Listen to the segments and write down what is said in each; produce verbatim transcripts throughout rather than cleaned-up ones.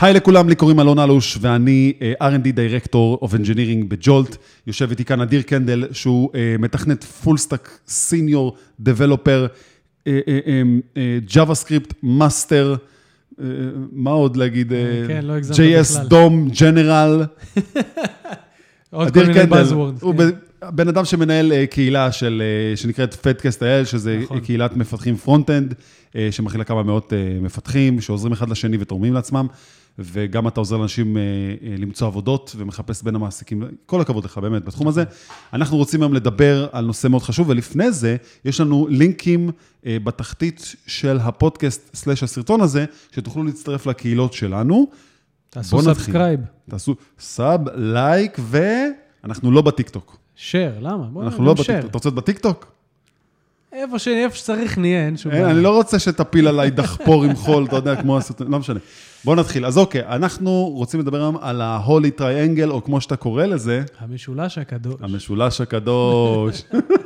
היי לכולם, לי קוראים אלון אלוש, ואני אר אנד די Director of Engineering בג'ולט. יושב איתי כאן אדיר קנדל, שהוא מתכנת פול סטאק סיניור דבלופר, JavaScript מאסטר, מה עוד להגיד? כן, לא הגזמת ג'יי אס, דום, ג'נרל. עוד כל מיני buzzwords. הוא בן אדם שמנהל קהילה שנקראת פדקאסט אי אל, שזה קהילת מפתחים פרונט-אנד, שמכילה כמה מאות מפתחים, שעוזרים אחד לשני ותורמים לעצמם, וגם אתה עוזר לאנשים למצוא עבודות, ומחפש בין המעסיקים, כל הכבוד לך באמת בתחום הזה. אנחנו רוצים היום לדבר על נושא מאוד חשוב, ולפני זה יש לנו לינקים בתחתית של הפודקאסט סלש הסרטון הזה, שתוכלו להצטרף לקהילות שלנו. תעשו סאבסקרייב. תעשו סאב, לייק, ואנחנו לא בטיקטוק. שייר, למה? אנחנו לא בטיקטוק. אתה רוצה להיות בטיקטוק? איפה שצריך נהיה, אין שום בעיה. אני לא רוצה שתפיל עליי דחפור עם חול, אתה יודע, כמו הסרטון, לא משנה. בואו נתחיל. אז אוקיי, אנחנו רוצים לדבר היום על ה-Holy Triangle, או כמו שאתה קורא לזה. המשולש הקדוש. המשולש הקדוש.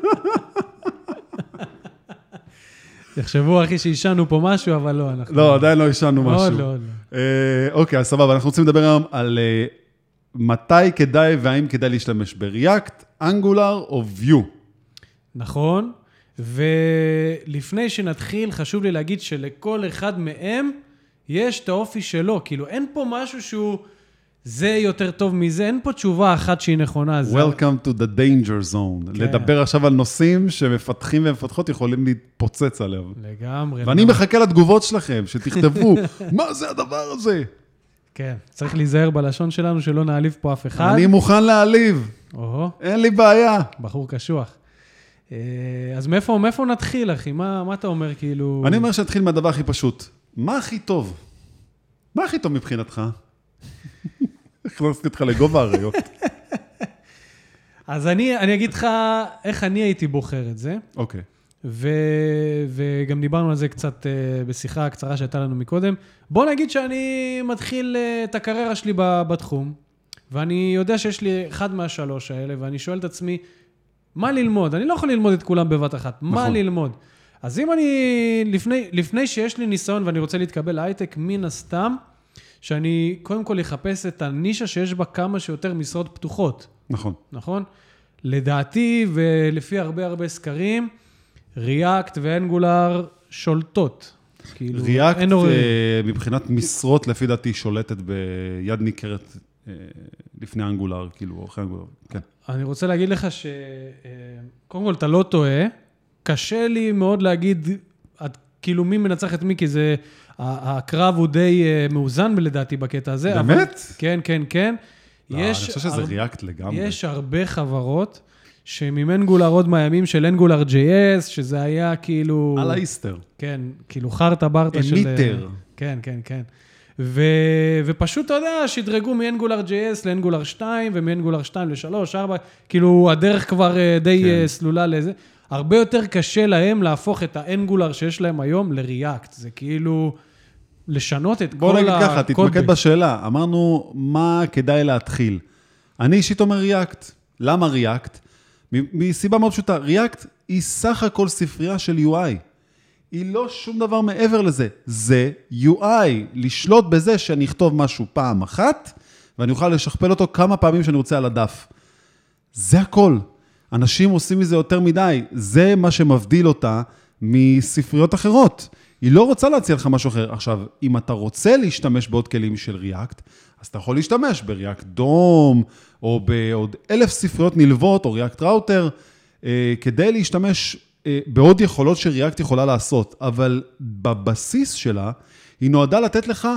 תחשבו, אחי, שישנו פה משהו, אבל לא, אנחנו... לא, עדיין לא ישנו משהו. לא, לא, לא. אוקיי, אז סבבה, אנחנו רוצים לדבר היום על מתי כדאי והאם כדאי להשתמש ב-React, Angular או Vue. נכון, ולפני שנתחיל, חשוב לי להגיד שלכל אחד מהם יש את האופי שלו, כאילו אין פה משהו שהוא, זה יותר טוב מזה, אין פה תשובה אחת שהיא נכונה. Welcome to the danger zone. כן. לדבר עכשיו על נושאים שמפתחים ומפתחות יכולים להתפוצץ עליהם. לגמרי. ואני לא. מחכה לתגובות שלכם, שתכתבו, מה זה הדבר הזה? כן, צריך להיזהר בלשון שלנו שלא נעליב פה אף אחד. אני מוכן להעליב. או. אין לי בעיה. בחור קשוח. אז מאיפה, מאיפה נתחיל, אחי? מה, מה אתה אומר, כאילו... אני אומר שנתחיל מהדבר הכי פשוט. מה הכי טוב? מה הכי טוב מבחינתך? הכנסתי אותך לגובה הראיות. אז אני, אני אגיד לך איך אני הייתי בוחר את זה. אוקיי. ו, וגם דיברנו על זה קצת בשיחה הקצרה שהייתה לנו מקודם. בוא נגיד שאני מתחיל את הקריירה שלי בתחום, ואני יודע שיש לי אחד מהשלוש האלה, ואני שואל את עצמי, מה ללמוד? אני לא יכול ללמוד את כולם בבת אחת. נכון. מה ללמוד? אז אם אני, לפני, לפני שיש לי ניסיון ואני רוצה להתקבל להייטק, מן הסתם, שאני קודם כל אחפש את הנישה שיש בה כמה שיותר משרות פתוחות. נכון. נכון? לדעתי, ולפי הרבה הרבה סקרים, React ואנגולר שולטות. כאילו, React מבחינת משרות, לפי דעתי, שולטת ביד ניכרת לפני אנגולר, כאילו, אחרי אנגולר, כן. אני רוצה להגיד לך ש... קודם כל, אתה לא טועה. קשה לי מאוד להגיד, כאילו, מי מנצח את מי, כי זה... הקרב הוא די מאוזן לדעתי בקטע הזה. באמת? כן, כן, כן. אני חושב שזה React לגמרי. יש הרבה חברות שמאנגולר עוד מהימים של אנגולר ג'יי אס, שזה היה כאילו... על האיסטר. כן, כאילו חרטה ברטה של... אמיטר. כן, כן, כן. ו... ופשוט, אתה יודע, שדרגו מאנגולר ג'יי אס לאנגולר שתיים, ומאנגולר שתיים לשלוש, ארבע, כאילו הדרך כבר די כן. סלולה לזה. הרבה יותר קשה להם להפוך את האנגולר שיש להם היום ל-React. זה כאילו לשנות את כל הקוד. בוא נגיד ככה, תתמקד בשאלה. אמרנו, מה כדאי להתחיל? אני אישית אומר React. למה React? מסיבה מאוד פשוטה. React היא סך הכל ספרייה של יו איי. היא לא שום דבר מעבר לזה. זה יו איי. לשלוט בזה שאני אכתוב משהו פעם אחת, ואני אוכל לשכפל אותו כמה פעמים שאני רוצה על הדף. זה הכל. אנשים עושים מזה יותר מדי. זה מה שמבדיל אותה מספריות אחרות. היא לא רוצה להציע לך משהו אחר. עכשיו, אם אתה רוצה להשתמש בעוד כלים של React, אז אתה יכול להשתמש ב-React דום, או בעוד אלף ספריות נלוות, או React ראוטר, אה, כדי להשתמש אה, בעוד יכולות ש-React יכולה לעשות. אבל בבסיס שלה, היא נועדה לתת לך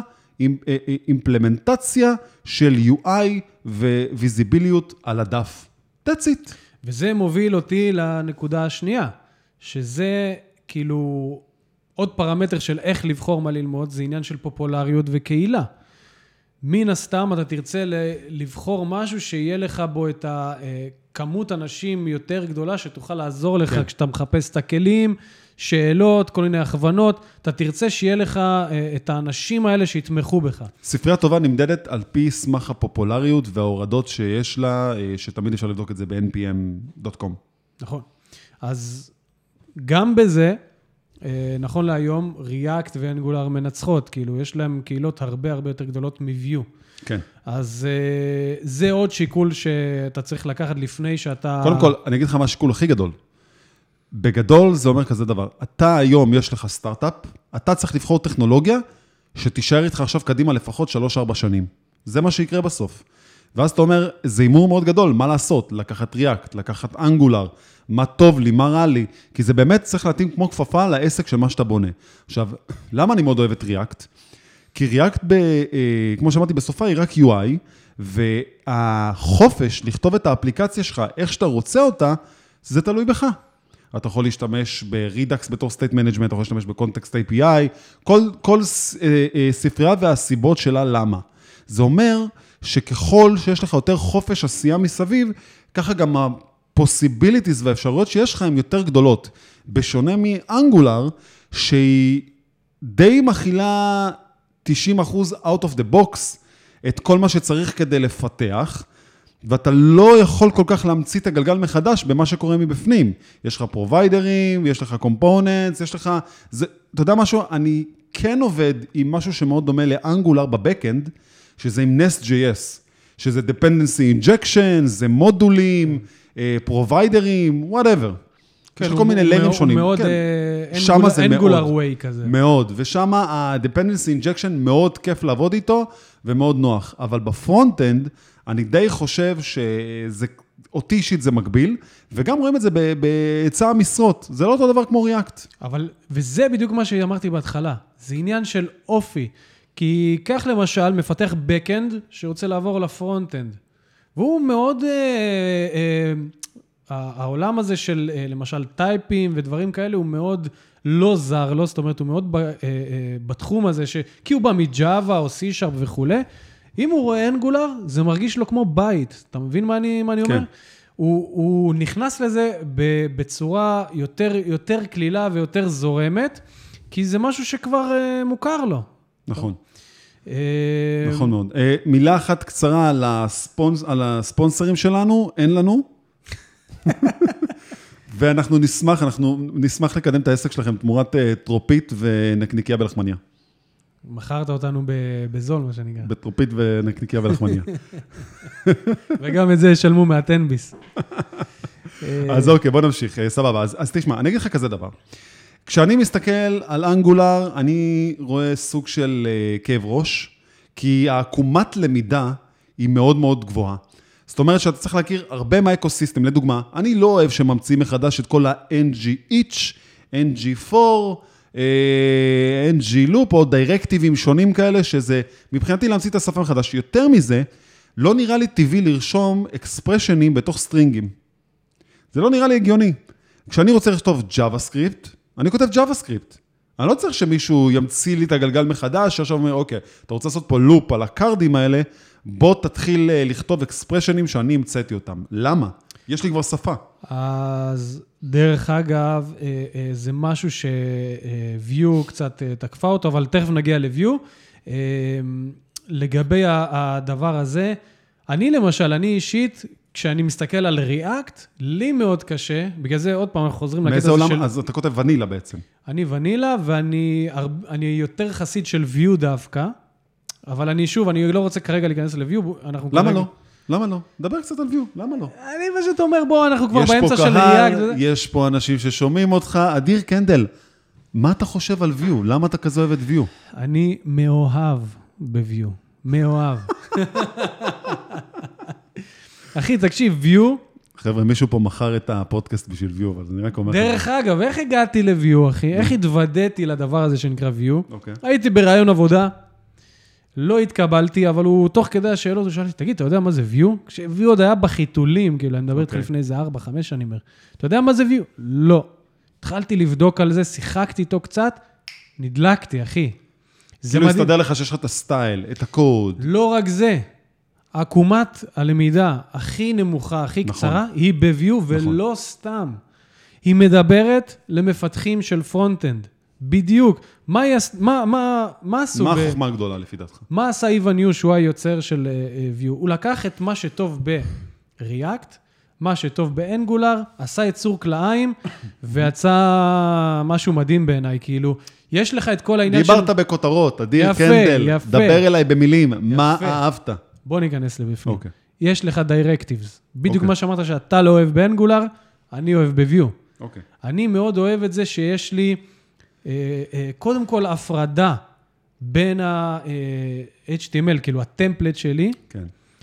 אימפלמנטציה של יו איי וויזיביליות על הדף. That's it. וזה מוביל אותי לנקודה השנייה, שזה כאילו עוד פרמטר של איך לבחור מה ללמוד, זה עניין של פופולריות וקהילה. מן הסתם אתה תרצה לבחור משהו שיהיה לך בו את הכמות אנשים יותר גדולה, שתוכל לעזור לך כן. כשאתה מחפש את הכלים, שאלות, כל מיני הכוונות, אתה תרצה שיהיה לך את האנשים האלה שיתמכו בך. ספרייה טובה נמדדת על פי סמך הפופולריות וההורדות שיש לה, שתמיד אפשר לבדוק את זה ב-אן פי אם דוט קום. נכון. אז גם בזה, נכון להיום, React ו-Angular מנצחות, כאילו, יש להם קהילות הרבה הרבה יותר גדולות מ-Vue. כן. אז זה עוד שיקול שאתה צריך לקחת לפני שאתה... קודם כל, אני אגיד לך מה השיקול הכי גדול. בגדול זה אומר כזה דבר. אתה היום יש לך סטארט-אפ, אתה צריך לבחור טכנולוגיה שתישאר איתך עכשיו קדימה לפחות שלוש ארבע שנים. זה מה שיקרה בסוף. ואז אתה אומר, זה אימור מאוד גדול, מה לעשות? לקחת React, לקחת Angular, מה טוב לי, מה רע לי, כי זה באמת צריך להתאים כמו כפפה לעסק של מה שאתה בונה. עכשיו, למה אני מאוד אוהב את React? כי React, ב, אה, כמו שאמרתי בסופה, היא רק יו איי, והחופש לכתוב את האפליקציה שלך, איך שאתה רוצה אותה, זה תלוי בך. אתה יכול להשתמש ב-Redux בתור State Management, אתה יכול להשתמש ב-Context איי פי איי, כל, כל אה, אה, ספרייה והסיבות שלה למה. זה אומר שככל שיש לך יותר חופש עשייה מסביב, ככה גם ה-possibilities והאפשרויות שיש לך הן יותר גדולות. בשונה מ-Angular, שהיא די מכילה תשעים אחוז out of the box, את כל מה שצריך כדי לפתח, ואתה לא יכול כל כך להמציא את הגלגל מחדש במה שקורה מבפנים. יש לך פרוביידרים, יש לך components, יש לך... זה, אתה יודע משהו? אני כן עובד עם משהו שמאוד דומה ל-Angular בבקאנד, שזה עם Nest.js, שזה dependency injection, זה מודולים, פרוביידרים, whatever. יש כל מיני ליירים שונים. הוא מאוד Angular way כזה. מאוד, ושם ה-dependency injection מאוד כיף לעבוד איתו, ומאוד נוח. אבל בפרונט-אנד, אני די חושב שזה, אותי אישית זה מקביל, וגם רואים את זה בהיצע המשרות. זה לא אותו דבר כמו React. אבל, וזה בדיוק מה שאמרתי בהתחלה. זה עניין של אופי. כי כך למשל, מפתח backend שרוצה לעבור לפרונט-אנד. והוא מאוד... אה, אה, העולם הזה של, למשל, טייפים ודברים כאלה, הוא מאוד לא זר, לא, זאת אומרת, הוא מאוד בתחום הזה, ש... כי הוא בא מג'אווה או C-Sharp וכו'. אם הוא רואה אנגולר, זה מרגיש לו כמו בית. אתה מבין מה אני, מה אני אומר? כן. הוא, הוא נכנס לזה בצורה יותר, יותר כלילה ויותר זורמת, כי זה משהו שכבר מוכר לו. נכון. נכון מאוד. מילה אחת קצרה על הספונס, על הספונסרים שלנו, אין לנו. ואנחנו נשמח, אנחנו נשמח לקדם את העסק שלכם תמורת טרופית ונקניקיה בלחמניה. מכרת אותנו בזול, מה שנקרא. בטרופית ונקניקיה בלחמניה. וגם את זה ישלמו מהטנביס. אז אוקיי, בוא נמשיך, סבבה. אז, אז תשמע, אני אגיד לך כזה דבר. כשאני מסתכל על אנגולר, אני רואה סוג של כאב ראש, כי העקומת למידה היא מאוד מאוד גבוהה. זאת אומרת שאתה צריך להכיר הרבה מהאקוסיסטם. לדוגמה, אני לא אוהב שממציאים מחדש את כל ה-אן ג'י each, אן ג'י פור, אן ג'י loop, או דירקטיבים שונים כאלה, שזה מבחינתי להמציא את השפה מחדש. יותר מזה, לא נראה לי טבעי לרשום אקספרשנים בתוך סטרינגים. זה לא נראה לי הגיוני. כשאני רוצה לכתוב JavaScript, אני כותב JavaScript. אני לא צריך שמישהו ימציא לי את הגלגל מחדש, שעכשיו אומר, אוקיי, אתה רוצה לעשות פה לופ על הקארדים האלה, בוא תתחיל לכתוב אקספרשנים שאני המצאתי אותם. למה? יש לי כבר שפה. אז דרך אגב, זה משהו ש-Vue קצת תקפה אותו, אבל תכף נגיע ל-Vue. לגבי הדבר הזה, אני למשל, אני אישית, כשאני מסתכל על React, לי מאוד קשה, בגלל זה עוד פעם אנחנו חוזרים לקטע הזה עולם, של... אז אתה כותב ונילה בעצם. אני ונילה, ואני אני יותר חסיד של Vue דווקא, אבל אני שוב, אני לא רוצה כרגע להיכנס ל-Vue, אנחנו למה כרגע... לא? למה לא? דבר קצת על Vue, למה לא? אני פשוט אומר, בוא, אנחנו כבר באמצע של קהל, React. יש פה אנשים ששומעים אותך, אדיר קנדל, מה אתה חושב על Vue? למה אתה כזה אוהב את Vue? אני מאוהב ב-Vue, מאוהב. אחי, תקשיב, Vue... חבר'ה, מישהו פה מכר את הפודקאסט בשביל Vue, אבל אני רק אומר... דרך אגב, איך הגעתי ל-Vue, אחי? איך התוודעתי לדבר הזה שנקרא Vue? אוקיי. הייתי ברעיון עבודה, לא התקבלתי, אבל הוא תוך כדי השאלות, הוא שאל לי, תגיד, אתה יודע מה זה Vue? כש-Vue עוד היה בחיתולים, כאילו, אני מדבר איתך לפני איזה ארבע, חמש שנים, אתה יודע מה זה Vue? לא. התחלתי לבדוק על זה, שיחקתי איתו קצת, נדלקתי, אחי. כאילו הסתדר לך שיש לך את הסטייל, את הקוד. לא רק זה. עקומת הלמידה הכי נמוכה, הכי נכון. קצרה, היא ב-Vue ולא נכון. סתם. היא מדברת למפתחים של פרונט-אנד. בדיוק. מה, יס... מה, מה, מה עשו? מה החוכמה הגדולה לפי דעתך? מה עשה איוון יו שהוא היוצר של uh, Vue? הוא לקח את מה שטוב ב-React, מה שטוב באנגולר, עשה יצור כלאיים, ויצא משהו מדהים בעיניי, כאילו, יש לך את כל העניין דיברת בכותרות, אדיר קנדל, יפה. דבר אליי במילים, מה אהבת? בוא ניכנס לבפנים. אוקיי. יש לך דיירקטיבס. בדיוק אוקיי. מה שאמרת שאתה לא אוהב באנגולר, אני אוהב בוויו. אוקיי. אני מאוד אוהב את זה שיש לי, אה, אה, קודם כל, הפרדה בין ה-אייץ' טי אם אל, כאילו הטמפלט שלי, כן.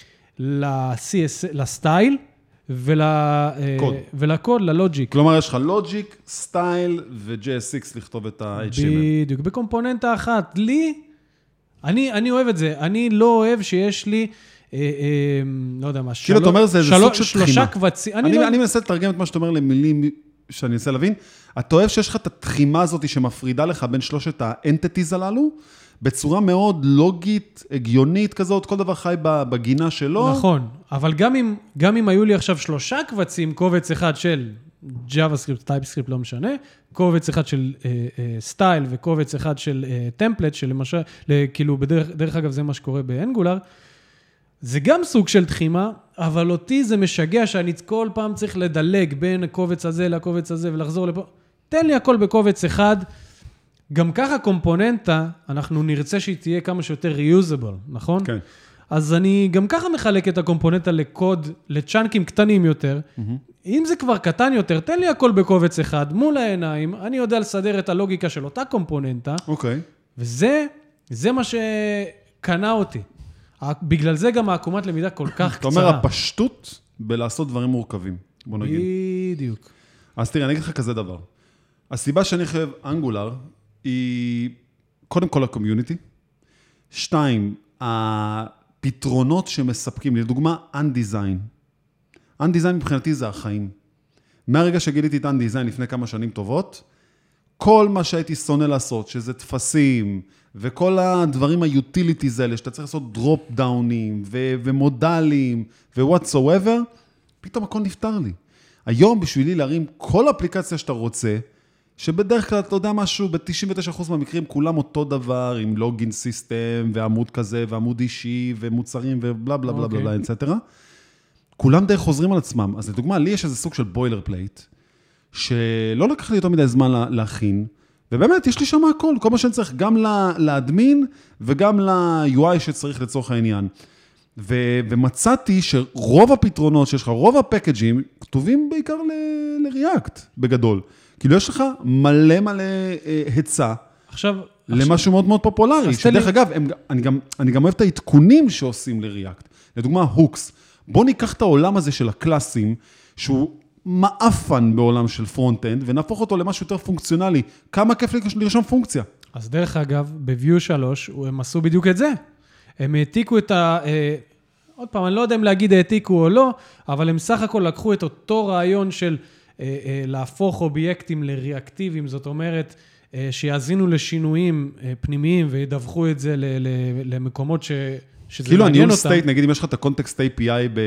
ל-סי אס, לסטייל, ול, קוד. אה, ולקוד, ללוג'יק. כלומר, יש לך לוג'יק, סטייל ו-ג'י אס אקס לכתוב את ה-אייץ' טי אם אל. בדיוק, בקומפוננטה אחת. לי, אני, אני אוהב את זה. אני לא אוהב שיש לי, אה, אה, לא יודע מה, כאילו, אתה אומר, זה איזה סוג של תחימה. שלושה קבצים. אני, אני, לא... אני מנסה לתרגם את מה שאתה אומר למילים שאני אנסה להבין. אתה אוהב שיש לך את התחימה הזאת שמפרידה לך בין שלושת האנטיטיז הללו, בצורה מאוד לוגית, הגיונית כזאת, כל דבר חי בגינה שלו. נכון, אבל גם אם, גם אם היו לי עכשיו שלושה קבצים, קובץ אחד של JavaScript, TypeScript, לא משנה, קובץ אחד של סטייל uh, uh, וקובץ אחד של טמפלט, uh, שלמשל, כאילו בדרך דרך אגב זה מה שקורה באנגולר, זה גם סוג של תחימה, אבל אותי זה משגע שאני כל פעם צריך לדלג בין הקובץ הזה לקובץ הזה ולחזור לפה. תן לי הכל בקובץ אחד, גם ככה קומפוננטה, אנחנו נרצה שהיא תהיה כמה שיותר reusable, נכון? כן. אז אני גם ככה מחלק את הקומפוננטה לקוד, לצ'אנקים קטנים יותר. Mm-hmm. אם זה כבר קטן יותר, תן לי הכל בקובץ אחד, מול העיניים, אני יודע לסדר את הלוגיקה של אותה קומפוננטה. אוקיי. וזה, זה מה שקנה אותי. בגלל זה גם העקומת למידה כל כך קצרה. אתה אומר, הפשטות בלעשות דברים מורכבים, בוא נגיד. בדיוק. אז תראה, אני אגיד לך כזה דבר. הסיבה שאני חייב אנגולר, היא קודם כל הקומיוניטי, שתיים, הפתרונות שמספקים, לדוגמה, Undesign. Undesign מבחינתי זה החיים. מהרגע שגיליתי את Undesign לפני כמה שנים טובות, כל מה שהייתי שונא לעשות, שזה תפסים, וכל הדברים היוטיליטיז האלה, שאתה צריך לעשות דרופ דאונים, ו- ומודלים, ו-whatsoever, פתאום הכל נפתר לי. היום בשבילי להרים כל אפליקציה שאתה רוצה, שבדרך כלל אתה יודע משהו, ב-תשעים ותשעה אחוז מהמקרים כולם אותו דבר, עם לוגין סיסטם, ועמוד כזה, ועמוד אישי, ומוצרים, ובלה בלה בלה בלה, אטסטרה. כולם די חוזרים על עצמם. אז לדוגמה, לי יש איזה סוג של בוילר פלייט, שלא לקח לי יותר מדי זמן להכין, ובאמת, יש לי שם הכל, כל מה שאני צריך, גם לאדמין, וגם ל-יו איי שצריך לצורך העניין. ו- ומצאתי שרוב הפתרונות שיש לך, רוב הפקאג'ים, כתובים בעיקר ל-React, בגדול. כאילו יש לך מלא מלא היצע, עכשיו, למשהו עכשיו... מאוד מאוד פופולרי, שדרך לי... אגב, הם, אני, גם, אני גם אוהב את העדכונים שעושים ל-React. לדוגמה, הוקס. בוא ניקח את העולם הזה של הקלאסים, שהוא מאפן בעולם של פרונט-אנד, ונהפוך אותו למשהו יותר פונקציונלי. כמה כיף לרשום פונקציה. אז דרך אגב, ב-Vue שלוש, הם עשו בדיוק את זה. הם העתיקו את ה... אה, עוד פעם, אני לא יודע אם להגיד העתיקו או לא, אבל הם סך הכל לקחו את אותו רעיון של אה, אה, להפוך אובייקטים לריאקטיביים, זאת אומרת, אה, שיאזינו לשינויים אה, פנימיים, וידווחו את זה ל- ל- למקומות ש... שזה כאילו מעניין הניהול אותם. סטייט, נגיד אם יש לך את הקונטקסט איי פי איי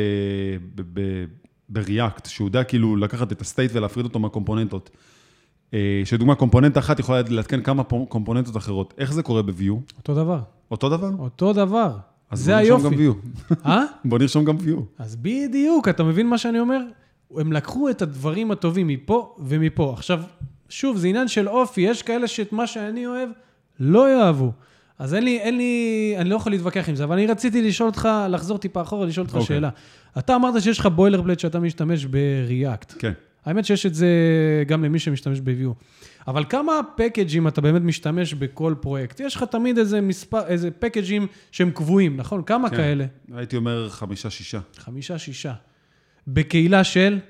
ב-React, שהוא יודע כאילו לקחת את הסטייט ולהפריד אותו מהקומפוננטות, שדוגמה, קומפוננט אחת יכולה להתקן כמה קומפוננטות אחרות. איך זה קורה ב-Vue? אותו דבר. אותו דבר? אותו דבר. אז זה היופי. בוא נרשום גם Vue. אה? בוא נרשום גם Vue. אז בדיוק, אתה מבין מה שאני אומר? הם לקחו את הדברים הטובים מפה ומפה. עכשיו, שוב, זה עניין של אופי. יש כאלה שאת מה שאני אוהב לא יאהבו. אז אין לי, אין לי, אני לא יכול להתווכח עם זה, אבל אני רציתי לשאול אותך, לחזור טיפה אחורה, לשאול אותך okay. שאלה. אתה אמרת שיש לך בוילר פלייט שאתה משתמש ב-React. כן. האמת שיש את זה גם למי שמשתמש ב-Vue. אבל כמה פקאג'ים אתה באמת משתמש בכל פרויקט? יש לך תמיד איזה מספר, איזה פקאג'ים שהם קבועים, נכון? כמה כן. כאלה? הייתי אומר חמישה, שישה. חמישה, שישה. בקהילה של?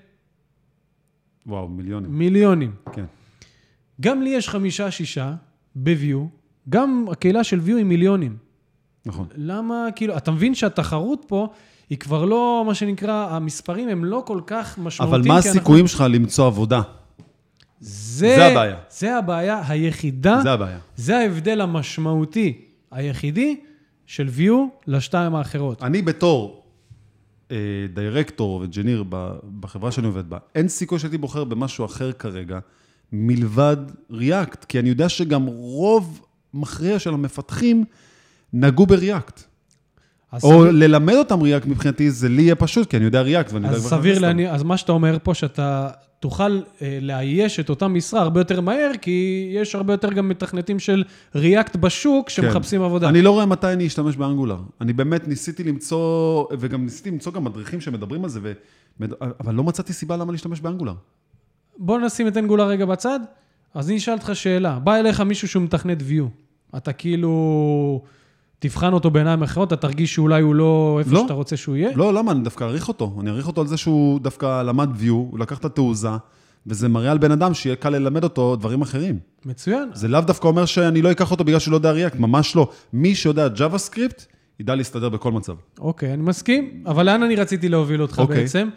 וואו, מיליונים. מיליונים. כן. גם לי יש חמישה, שישה ב-Vue, גם הקהילה של Vue היא מיליונים. נכון. למה, כאילו, אתה מבין שהתחרות פה היא כבר לא, מה שנקרא, המספרים הם לא כל כך משמעותיים. אבל מה הסיכויים אנחנו... שלך למצוא עבודה? זה, זה הבעיה. זה הבעיה היחידה. זה הבעיה. זה ההבדל המשמעותי היחידי של Vue לשתיים האחרות. אני בתור אה, דירקטור וג'ניר בחברה שאני עובד בה, אין סיכוי שהייתי בוחר במשהו אחר כרגע, מלבד React, כי אני יודע שגם רוב מכריע של המפתחים נגעו ב-React. או ללמד אותם ריאקט מבחינתי, זה לי יהיה פשוט, כי אני יודע ריאקט, ואני יודע... אז סביר להניח, אז מה שאתה אומר פה, שאתה תוכל לאייש את אותה משרה הרבה יותר מהר, כי יש הרבה יותר גם מתכנתים של ריאקט בשוק, שמחפשים עבודה. אני לא רואה מתי אני אשתמש באנגולר. אני באמת ניסיתי למצוא, וגם ניסיתי למצוא גם מדריכים שמדברים על זה, אבל לא מצאתי סיבה למה להשתמש באנגולר. בוא נשים את אנגולר רגע בצד. אז אני אשאל אותך שאלה. בא אליך מישהו שהוא מתכנת view. אתה כאילו תבחן אותו בעיניים אחרות, אתה תרגיש שאולי הוא לא איפה לא. שאתה רוצה שהוא יהיה? לא, למה? אני דווקא אריך אותו. אני אריך אותו על זה שהוא דווקא למד view, הוא לקח את התעוזה, וזה מראה על בן אדם שיהיה קל ללמד אותו דברים אחרים. מצוין. זה לאו דווקא אומר שאני לא אקח אותו בגלל שהוא לא יודע ריאקט, ממש לא. מי שיודע JavaScript, ידע להסתדר בכל מצב. אוקיי, אני מסכים, אבל לאן אני רציתי להוביל אותך אוקיי. בעצם?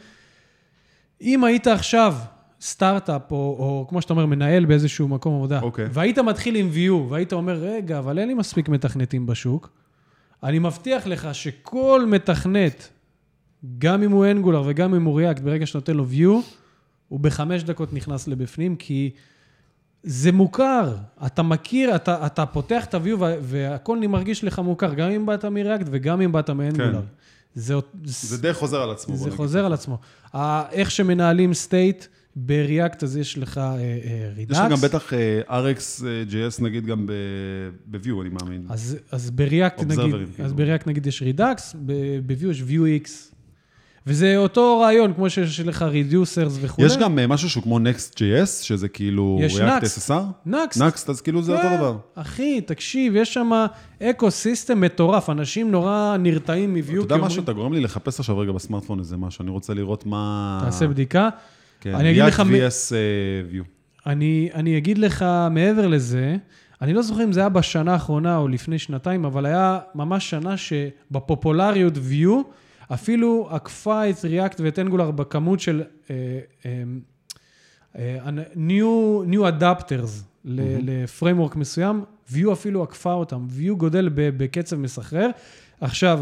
אם היית עכשיו סטארט-אפ, או, או כמו שאתה אומר, מנהל באיזשהו מקום עבודה, אוקיי. והיית מתחיל עם view, והיית אומר, רגע, אבל אין לי מספיק מתכנתים בשוק, אני מבטיח לך שכל מתכנת, גם אם הוא אנגולר וגם אם הוא ריאקט, ברגע שנותן לו view, הוא בחמש דקות נכנס לבפנים, כי זה מוכר. אתה מכיר, אתה, אתה פותח את ה-view, והכל מרגיש לך מוכר, גם אם באת מריאקט וגם אם באת מאנגולר. כן. זה, זה די חוזר על עצמו. זה חוזר על עצמו. איך שמנהלים סטייט, בריאקט אז יש לך רידאקס. יש לך גם בטח אר אקס ג'יי אס נגיד גם ב-view, אני מאמין. אז, אז בריאקט נגיד, אז בריאקט נגיד יש רידאקס, ב-view יש view x. וזה אותו רעיון, כמו שיש לך רידיוסרס וכו'. יש גם משהו שהוא כמו נקסט ג'יי אס, שזה כאילו ריאקט אס אס אר? נקסט. נקסט, אז כאילו זה אותו דבר. אחי, תקשיב, יש שם אקו-סיסטם מטורף, אנשים נורא נרתעים מ-view. אתה יודע משהו, אתה גורם לי לחפש עכשיו רגע בסמארטפון איזה משהו, אני רוצה לראות מה... תעשה בדיקה. כן, React וי אס View. אני, אני אגיד לך מעבר לזה, אני לא זוכר אם זה היה בשנה האחרונה או לפני שנתיים, אבל היה ממש שנה שבפופולריות View, אפילו עקפה את React ואת Angular בכמות של uh, um, uh, new, new adapters לפריימוורק מסוים, View אפילו עקפה אותם, View גודל בקצב מסחרר. עכשיו,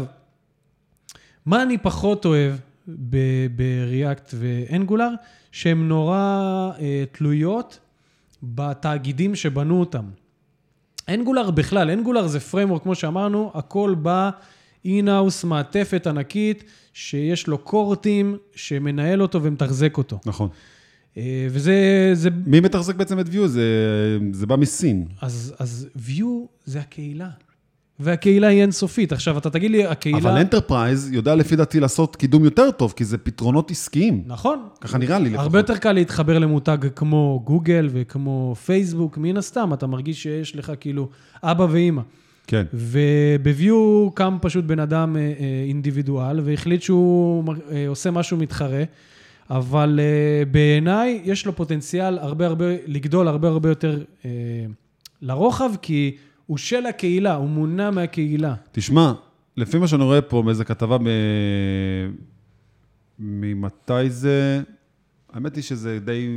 מה אני פחות אוהב ב-React ו-Angular? שהן נורא uh, תלויות בתאגידים שבנו אותם. Angular בכלל, Angular זה פריימוורק, כמו שאמרנו, הכל בא אין-האוס, מעטפת ענקית, שיש לו קורטים, שמנהל אותו ומתחזק אותו. נכון. Uh, וזה... זה... מי מתחזק בעצם את View? זה, זה בא מסין. אז, אז View זה הקהילה. והקהילה היא אינסופית. עכשיו, אתה תגיד לי, הקהילה... אבל אנטרפרייז יודע לפי דעתי לעשות קידום יותר טוב, כי זה פתרונות עסקיים. נכון. ככה נראה לי לפחות. הרבה יותר קל להתחבר למותג כמו גוגל וכמו פייסבוק, מן הסתם, אתה מרגיש שיש לך כאילו אבא ואמא. כן. ובביו קם פשוט בן אדם אינדיבידואל, והחליט שהוא עושה משהו מתחרה, אבל בעיניי יש לו פוטנציאל הרבה הרבה, לגדול הרבה הרבה יותר לרוחב, כי הוא של הקהילה, הוא מונע מהקהילה. תשמע, לפי מה שאני רואה פה, באיזה כתבה ב... ממתי זה... האמת היא שזה די...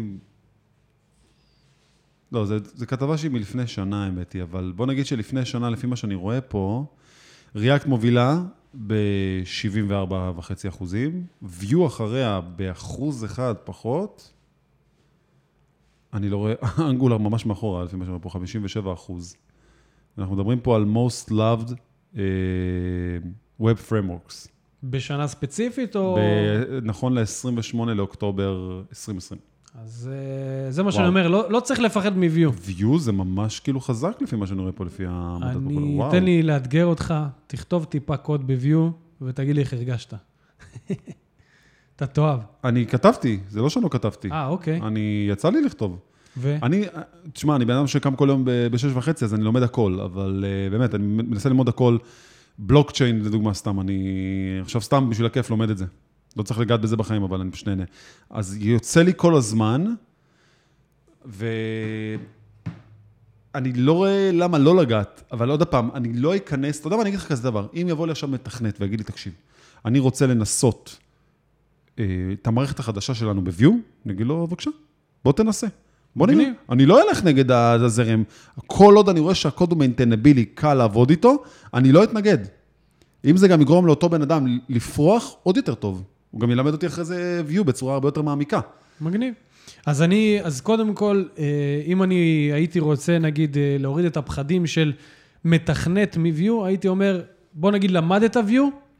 לא, זה, זה כתבה שהיא מלפני שנה, האמת היא, אבל בוא נגיד שלפני שנה, לפי מה שאני רואה פה, React מובילה ב-שבעים וארבע נקודה חמש אחוזים, View אחריה באחוז אחד פחות, אני לא רואה, אנגולר ממש מאחורה, לפי מה שאני רואה פה, חמישים ושבע אחוז. אנחנו מדברים פה על most loved uh, web frameworks. בשנה ספציפית או... ב- נכון ל-עשרים ושמונה לאוקטובר עשרים עשרים. אז זה מה שאני אומר, לא, לא צריך לפחד מ-View. View זה ממש כאילו חזק לפי מה שאני רואה פה, לפי המדע אני, תן לי לאתגר אותך, תכתוב טיפה קוד ב-View, ותגיד לי איך הרגשת. אתה תאהב. אני כתבתי, זה לא שלא כתבתי. אה, אוקיי. אני, יצא לי לכתוב. ו? אני, תשמע, אני בן אדם שקם כל יום בשש וחצי, אז אני לומד הכל, אבל באמת, אני מנסה ללמוד הכל. בלוקצ'יין, לדוגמה, סתם, אני עכשיו סתם בשביל הכיף לומד את זה. לא צריך לגעת בזה בחיים, אבל אני פשוט נהנה. אז יוצא לי כל הזמן, ואני לא רואה למה לא לגעת, אבל עוד הפעם, אני לא אכנס, אתה יודע מה, אני אגיד לך כזה דבר, אם יבוא לי עכשיו מתכנת ויגיד לי, תקשיב, אני רוצה לנסות אה, את המערכת החדשה שלנו ב-View, נגיד לו, בבקשה, בוא תנסה. בוא נראה. אני לא אלך נגד הזרם. כל עוד אני רואה שהקוד הוא מיינטנבילי, קל לעבוד איתו, אני לא אתנגד. אם זה גם יגרום לאותו בן אדם לפרוח, עוד יותר טוב. הוא גם ילמד אותי אחרי זה View בצורה הרבה יותר מעמיקה. מגניב. אז אני, אז קודם כל, אם אני הייתי רוצה, נגיד, להוריד את הפחדים של מתכנת מ-View, הייתי אומר, בוא נגיד, למד את ה-View,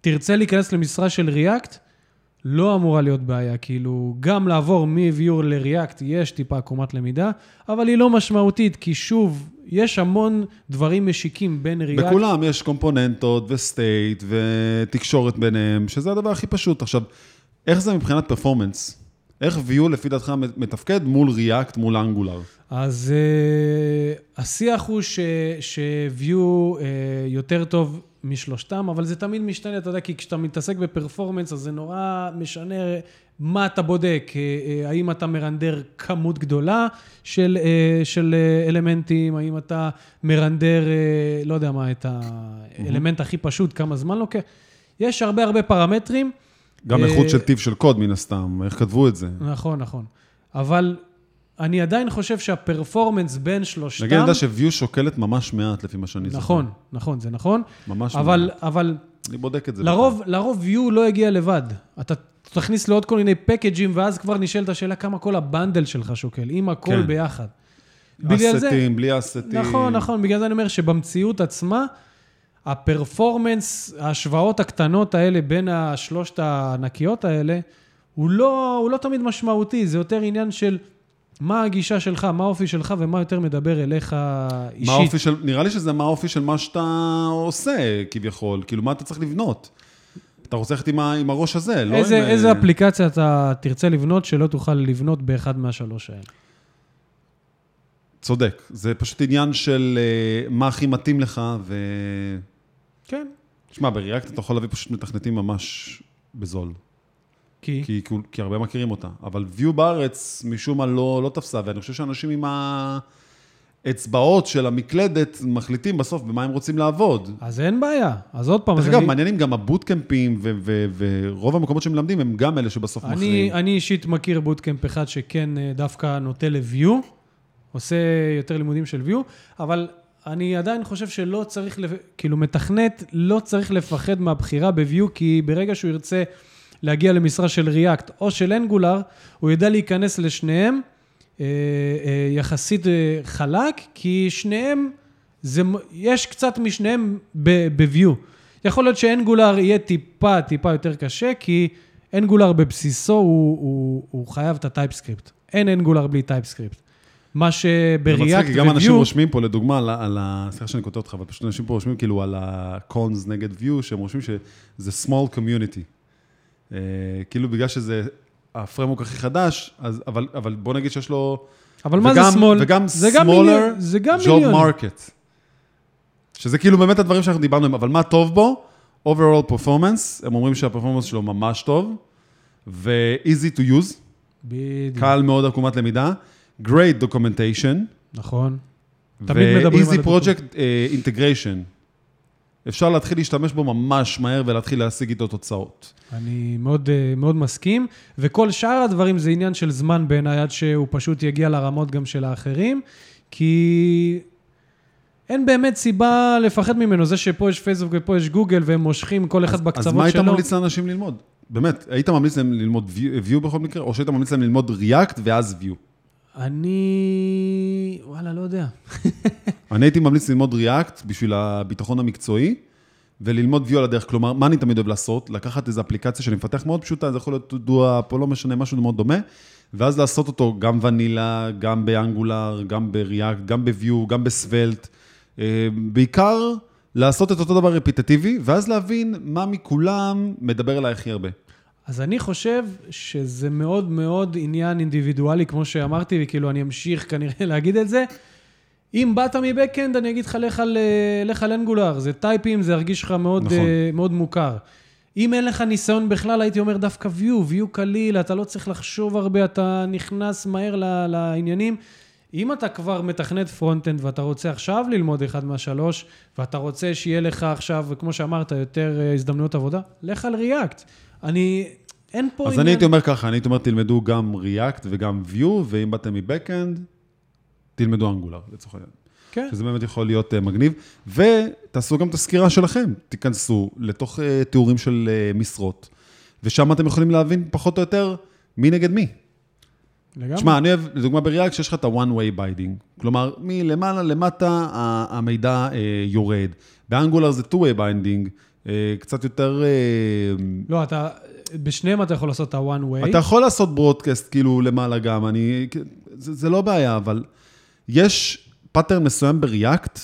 תרצה להיכנס למשרה של ריאקט, לא אמורה להיות בעיה, כאילו, גם לעבור מ-Vue ל-React יש טיפה קומת למידה, אבל היא לא משמעותית, כי שוב, יש המון דברים משיקים בין React. בכולם יש קומפוננטות וסטייט ותקשורת ביניהם, שזה הדבר הכי פשוט. עכשיו, איך זה מבחינת פרפורמנס? איך Vue לפי דעתך מתפקד מול React, מול Angular? אז uh, השיח הוא ש, ש-Vue uh, יותר טוב משלושתם, אבל זה תמיד משתנה, אתה יודע, כי כשאתה מתעסק בפרפורמנס, אז זה נורא משנה מה אתה בודק, האם אתה מרנדר כמות גדולה של, של אלמנטים, האם אתה מרנדר, לא יודע מה, את האלמנט הכי פשוט, כמה זמן לוקח. יש הרבה הרבה פרמטרים. גם איכות של טיב של קוד מן הסתם, איך כתבו את זה. נכון, נכון. אבל אני עדיין חושב שהפרפורמנס בין שלושתם... נגיד, אני יודע ש-Vue שוקלת ממש מעט לפי מה שאני זוכר. נכון, נכון, זה נכון. ממש אבל, מעט. אבל... אני בודק את זה. לרוב, לרוב Vue לא הגיע לבד. אתה תכניס לעוד כל מיני פקאג'ים, ואז כבר נשאלת השאלה כמה כל הבנדל שלך שוקל, עם הכל כן. ביחד. אסטים, זה, בלי אסטים. נכון, נכון. בגלל זה אני אומר שבמציאות עצמה, הפרפורמנס, ההשוואות הקטנות האלה בין השלושת הענקיות האלה, הוא לא, הוא לא תמיד משמעותי. זה יותר עניין של... מה הגישה שלך, מה האופי שלך, ומה יותר מדבר אליך אישית. מה האופי של, נראה לי שזה מה האופי של מה שאתה עושה, כביכול. כאילו, מה אתה צריך לבנות? אתה רוצה ללכת עם, עם הראש הזה, לא איזה, עם... איזה אפליקציה אתה תרצה לבנות, שלא תוכל לבנות באחד מהשלוש האלה? צודק. זה פשוט עניין של מה הכי מתאים לך, ו... כן. תשמע, בריאקט אתה יכול להביא פשוט מתכנתים ממש בזול. כי? כי, כי הרבה מכירים אותה. אבל Vue בארץ משום מה לא, לא תפסה, ואני חושב שאנשים עם האצבעות של המקלדת מחליטים בסוף במה הם רוצים לעבוד. אז אין בעיה. אז עוד פעם... דרך אגב, אני... מעניינים גם הבוטקמפים, ו- ו- ורוב המקומות שמלמדים הם גם אלה שבסוף אני, מכריעים. אני אישית מכיר בוטקמפ אחד שכן דווקא נוטה ל-Vue, עושה יותר לימודים של Vue, אבל אני עדיין חושב שלא צריך, לפ... כאילו מתכנת לא צריך לפחד מהבחירה ב-Vue, כי ברגע שהוא ירצה... להגיע למשרה של React או של Angular, הוא ידע להיכנס לשניהם אה, אה, יחסית אה, חלק, כי שניהם, זה, יש קצת משניהם ב-Vue. יכול להיות ש-Angular יהיה טיפה, טיפה יותר קשה, כי Angular בבסיסו הוא, הוא, הוא חייב את ה-TypeScript. אין Angular בלי TypeScript. מה שב-React ו-Vue... זה מצחיק, גם אנשים רושמים פה, לדוגמה, על ה... סליחה שאני כותב אותך, אבל פשוט אנשים פה רושמים כאילו על ה-cons נגד Vue, שהם רושמים שזה small community. Uh, כאילו בגלל שזה הפרמוק הכי חדש, אז, אבל, אבל בוא נגיד שיש לו... אבל וגם, מה זה small? וגם זה smaller גם מיליון, זה גם job מיליון. market. שזה כאילו באמת הדברים שאנחנו דיברנו עליהם, אבל מה טוב בו? overall performance, הם אומרים שהפרפורמנס שלו ממש טוב, ו-easy to use, בדיוק. קל מאוד עקומת למידה, great documentation, נכון. תמיד מדברים על ו-easy project uh, integration. אפשר להתחיל להשתמש בו ממש מהר ולהתחיל להשיג איתו תוצאות. אני מאוד, מאוד מסכים, וכל שאר הדברים זה עניין של זמן בעיניי, עד שהוא פשוט יגיע לרמות גם של האחרים, כי אין באמת סיבה לפחד ממנו, זה שפה יש פייסבוק ופה יש גוגל, והם מושכים כל אחד בקצוות שלו. אז מה היית ממליץ לאנשים ללמוד? באמת, היית ממליץ להם ללמוד Vue בכל מקרה, או שהיית ממליץ להם ללמוד React ואז Vue? אני... וואלה, לא יודע. אני הייתי ממליץ ללמוד React בשביל הביטחון המקצועי, וללמוד Vue על הדרך. כלומר, מה אני תמיד אוהב לעשות? לקחת איזו אפליקציה שאני מפתח מאוד פשוטה, זה יכול להיות דוע, פה לא משנה, משהו מאוד דומה, ואז לעשות אותו גם ונילה, גם באנגולר, גם ב-React, גם ב-Vue, גם בסוולט. בעיקר לעשות את אותו דבר רפיטטיבי, ואז להבין מה מכולם מדבר אליי הכי הרבה. אז אני חושב שזה מאוד מאוד עניין אינדיבידואלי, כמו שאמרתי, וכאילו אני אמשיך כנראה להגיד את זה. אם באת מבקאנד, אני אגיד לך, לך על אנגולר, זה טייפים, זה הרגיש לך מאוד, נכון. מאוד מוכר. אם אין לך ניסיון בכלל, הייתי אומר דווקא Vue, Vue קליל, אתה לא צריך לחשוב הרבה, אתה נכנס מהר לעניינים. אם אתה כבר מתכנת פרונט-אנד, ואתה רוצה עכשיו ללמוד אחד מהשלוש, ואתה רוצה שיהיה לך עכשיו, כמו שאמרת, יותר הזדמנויות עבודה, לך על React. אני, אין פה אז עניין... אני הייתי אומר ככה, אני הייתי אומר, תלמדו גם React וגם Vue, ואם באתם מבקאנד, תלמדו אנגולר, לצורך העניין. כן. שזה באמת יכול להיות uh, מגניב, ותעשו גם את הסקירה שלכם, תיכנסו לתוך uh, תיאורים של uh, משרות, ושם אתם יכולים להבין פחות או יותר מי נגד מי. לגמרי. תשמע, אני אוהב, לדוגמה בריאקט, שיש לך את ה-one-way binding, כלומר, מלמעלה למטה המידע uh, יורד. באנגולר זה two-way binding, קצת יותר... לא, אתה, בשניהם אתה יכול לעשות את ה-one way. אתה יכול לעשות ברודקאסט כאילו למעלה גם, אני, זה, זה לא בעיה, אבל יש פאטרן מסוים בריאקט,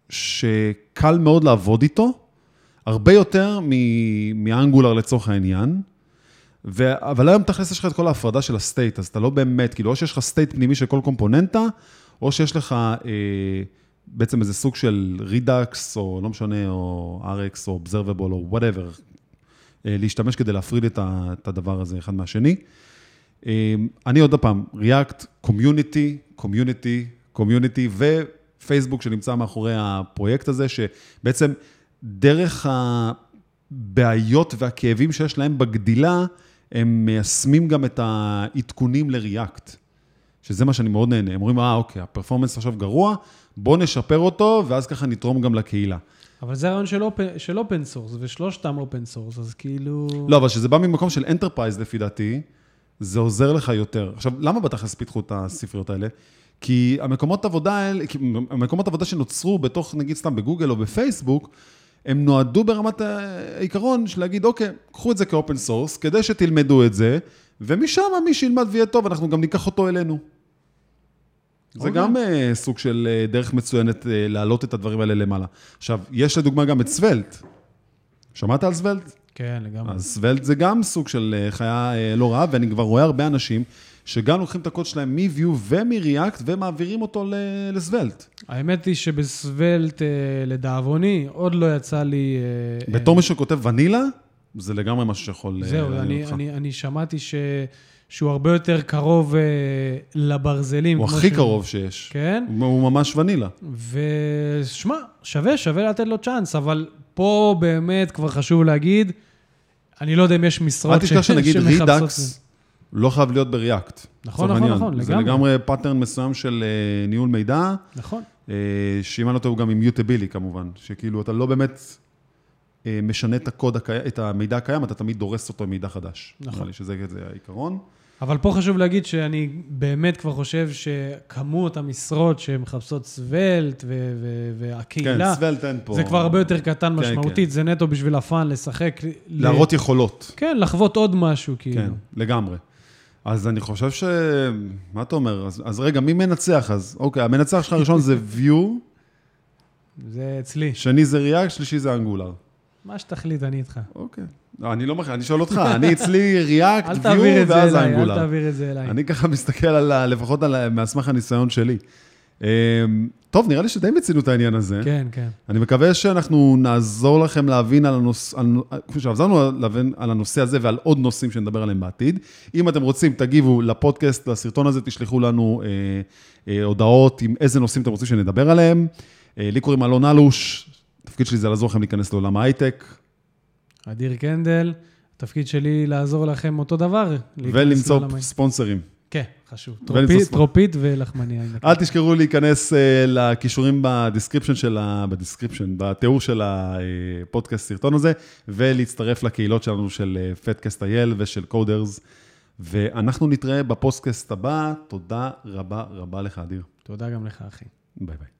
שקל מאוד לעבוד איתו, הרבה יותר מאנגולר לצורך העניין, ו... אבל היום תכלס יש לך את כל ההפרדה של הסטייט, אז אתה לא באמת, כאילו, או שיש לך סטייט פנימי של כל קומפוננטה, או שיש לך אה, בעצם איזה סוג של רידקס, או לא משנה, או אר אקס, או observable, או whatever, אה, להשתמש כדי להפריד את, ה... את הדבר הזה אחד מהשני. אה, אני עוד הפעם, React, Community, Community, Community, ופייסבוק שנמצא מאחורי הפרויקט הזה, שבעצם דרך הבעיות והכאבים שיש להם בגדילה, הם מיישמים גם את העדכונים ל-React, שזה מה שאני מאוד נהנה. הם אומרים, אה, אוקיי, הפרפורמנס עכשיו גרוע, בוא נשפר אותו, ואז ככה נתרום גם לקהילה. אבל זה הרעיון של, אופ... של אופן סורס, ושלושתם אופן סורס, אז כאילו... לא, אבל שזה בא ממקום של אנטרפרייז, לפי דעתי, זה עוזר לך יותר. עכשיו, למה בתכלס פיתחו את הספריות האלה? כי המקומות עבודה האלה, המקומות עבודה שנוצרו בתוך, נגיד סתם בגוגל או בפייסבוק, הם נועדו ברמת העיקרון של להגיד, אוקיי, קחו את זה כאופן סורס, כדי שתלמדו את זה, ומשם מי שילמד ויהיה טוב, אנחנו גם ניקח אותו אלינו. זה גם סוג של דרך מצוינת להעלות את הדברים האלה למעלה. עכשיו, יש לדוגמה גם את סוולט. שמעת על סוולט? כן, לגמרי. אז סוולט זה גם סוג של חיה לא רעה, ואני כבר רואה הרבה אנשים שגם לוקחים את הקוד שלהם מ-Vue ומ-React ומעבירים אותו לסוולט. האמת היא שבסוולט, לדאבוני, עוד לא יצא לי... בתור מי שכותב ונילה, זה לגמרי משהו שיכול... זהו, אני, אני, אני שמעתי ש... שהוא הרבה יותר קרוב לברזלים. הוא הכי קרוב שיש. כן? הוא ממש ונילה. ושמע, שווה, שווה לתת לו צ'אנס, אבל פה באמת כבר חשוב להגיד, אני לא יודע אם יש משרות שמחפשות... אל תשכח שנגיד רידקס לא חייב להיות בריאקט. נכון, נכון, נכון, לגמרי. זה לגמרי פאטרן מסוים של ניהול מידע. נכון. שאם אני לא טועה הוא גם אימיוטבילי כמובן, שכאילו אתה לא באמת משנה את הקוד, את המידע הקיים, אתה תמיד דורס אותו עם מידע חדש. נכון. שזה העיקרון. אבל פה חשוב להגיד שאני באמת כבר חושב שכמות המשרות שמחפשות סוולט והקהילה, כן, סוולט אין פה. זה כבר הרבה יותר קטן משמעותית, זה נטו בשביל הפאן, לשחק. להראות יכולות. כן, לחוות עוד משהו כאילו. כן, לגמרי. אז אני חושב ש... מה אתה אומר? אז, אז רגע, מי מנצח? אז אוקיי, המנצח שלך הראשון זה Vue. זה אצלי. שני זה React, שלישי זה Angular. מה שתחליט, אני איתך. אוקיי. לא, אני לא מכיר, אני שואל אותך, אני אצלי React, Vue ואז Angular. אל תעביר את זה אליי. אני ככה מסתכל על, לפחות על, מהסמך הניסיון שלי. טוב, נראה לי שדי מצינו את העניין הזה. כן, כן. אני מקווה שאנחנו נעזור לכם להבין על הנושא, כפי שעזרנו להבין על הנושא הזה ועל עוד נושאים שנדבר עליהם בעתיד. אם אתם רוצים, תגיבו לפודקאסט, לסרטון הזה, תשלחו לנו אה, אה, הודעות עם איזה נושאים אתם רוצים שנדבר עליהם. אה, לי קוראים אלון אלוש, התפקיד שלי זה לעזור לכם להיכנס לעולם ההייטק. אדיר קנדל, התפקיד שלי לעזור לכם אותו דבר. ולמצוא ספונסרים. כן, חשוב. טרופית, טרופית ולחמניה. אל תשכחו להיכנס לכישורים בדיסקריפשן של ה... בדיסקריפשן, בתיאור של הפודקאסט סרטון הזה, ולהצטרף לקהילות שלנו של פטקאסט אייל ושל קודרס, ואנחנו נתראה בפודקאסט הבא. תודה רבה רבה לך, אדיר. תודה גם לך, אחי. ביי ביי.